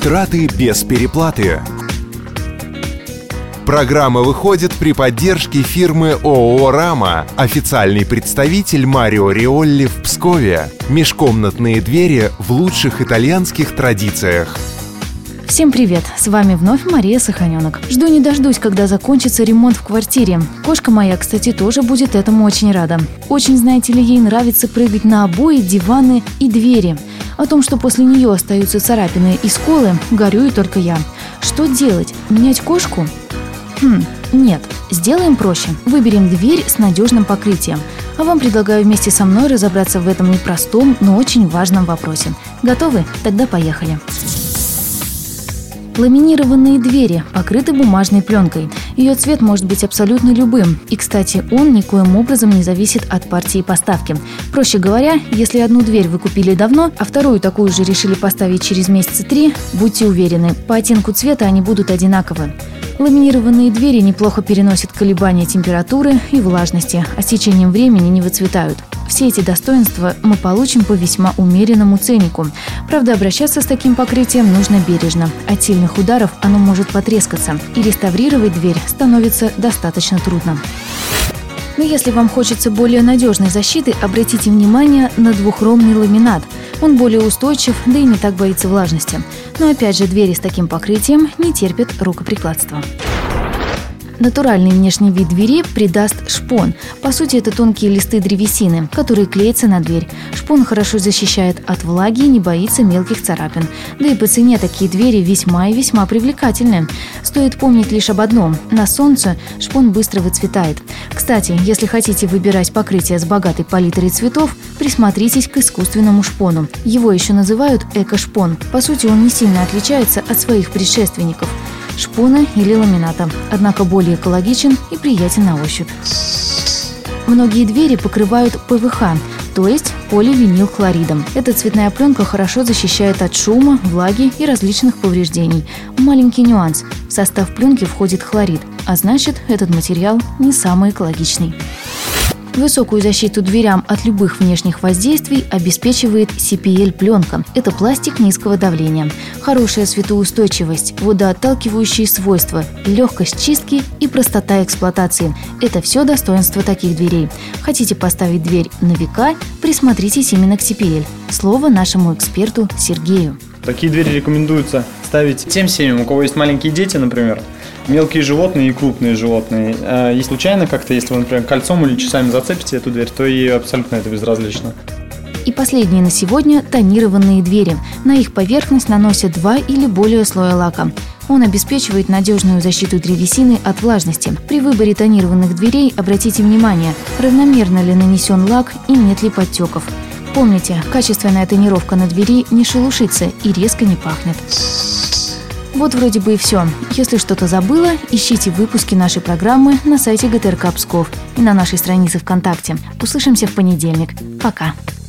Траты без переплаты. Программа выходит при поддержке фирмы ООО «Рама», официальный представитель Марио Риолли в Пскове. Межкомнатные двери в лучших итальянских традициях. Всем привет! С вами вновь Мария Саханенок. Жду не дождусь, когда закончится ремонт в квартире. Кошка моя, кстати, тоже будет этому очень рада. Очень, знаете ли, ей нравится прыгать на обои, диваны и двери. О том, что после нее остаются царапины и сколы, горюю только я. Что делать? Менять кошку? Нет. Сделаем проще. Выберем дверь с надежным покрытием. А вам предлагаю вместе со мной разобраться в этом непростом, но очень важном вопросе. Готовы? Тогда поехали. Ламинированные двери покрыты бумажной пленкой. Ее цвет может быть абсолютно любым. И, кстати, он никоим образом не зависит от партии поставки. Проще говоря, если одну дверь вы купили давно, а вторую такую же решили поставить через месяца 3, будьте уверены, по оттенку цвета они будут одинаковы. Ламинированные двери неплохо переносят колебания температуры и влажности, а с течением времени не выцветают. Все эти достоинства мы получим по весьма умеренному ценнику. Правда, обращаться с таким покрытием нужно бережно. От сильных ударов оно может потрескаться, и реставрировать дверь становится достаточно трудно. Но если вам хочется более надежной защиты, обратите внимание на двухромный ламинат. Он более устойчив, да и не так боится влажности. Но опять же, двери с таким покрытием не терпят рукоприкладства. Натуральный внешний вид двери придаст шпон. По сути, это тонкие листы древесины, которые клеятся на дверь. Шпон хорошо защищает от влаги и не боится мелких царапин. Да и по цене такие двери весьма и весьма привлекательны. Стоит помнить лишь об одном – на солнце шпон быстро выцветает. Кстати, если хотите выбирать покрытие с богатой палитрой цветов, присмотритесь к искусственному шпону. Его еще называют эко-шпон. По сути, он не сильно отличается от своих предшественников – шпона или ламината, однако более экологичен и приятен на ощупь. Многие двери покрывают ПВХ, то есть поливинилхлоридом. Эта цветная пленка хорошо защищает от шума, влаги и различных повреждений. Маленький нюанс – в состав пленки входит хлорид, а значит, этот материал не самый экологичный. Высокую защиту дверям от любых внешних воздействий обеспечивает CPL-пленка. Это пластик низкого давления. Хорошая светоустойчивость, водоотталкивающие свойства, легкость чистки и простота эксплуатации – это все достоинства таких дверей. Хотите поставить дверь на века? Присмотритесь именно к CPL. Слово нашему эксперту Сергею. Такие двери рекомендуется ставить тем семьям, у кого есть маленькие дети, например, мелкие животные и крупные животные. И случайно как-то, если вы, например, кольцом или часами зацепите эту дверь, то и абсолютно это безразлично. И последние на сегодня – тонированные двери. На их поверхность наносят 2 или более слоя лака. Он обеспечивает надежную защиту древесины от влажности. При выборе тонированных дверей обратите внимание, равномерно ли нанесен лак и нет ли подтеков. Помните, качественная тонировка на двери не шелушится и резко не пахнет. Вот вроде бы и все. Если что-то забыла, ищите выпуски нашей программы на сайте ГТРК Псков и на нашей странице ВКонтакте. Услышимся в понедельник. Пока!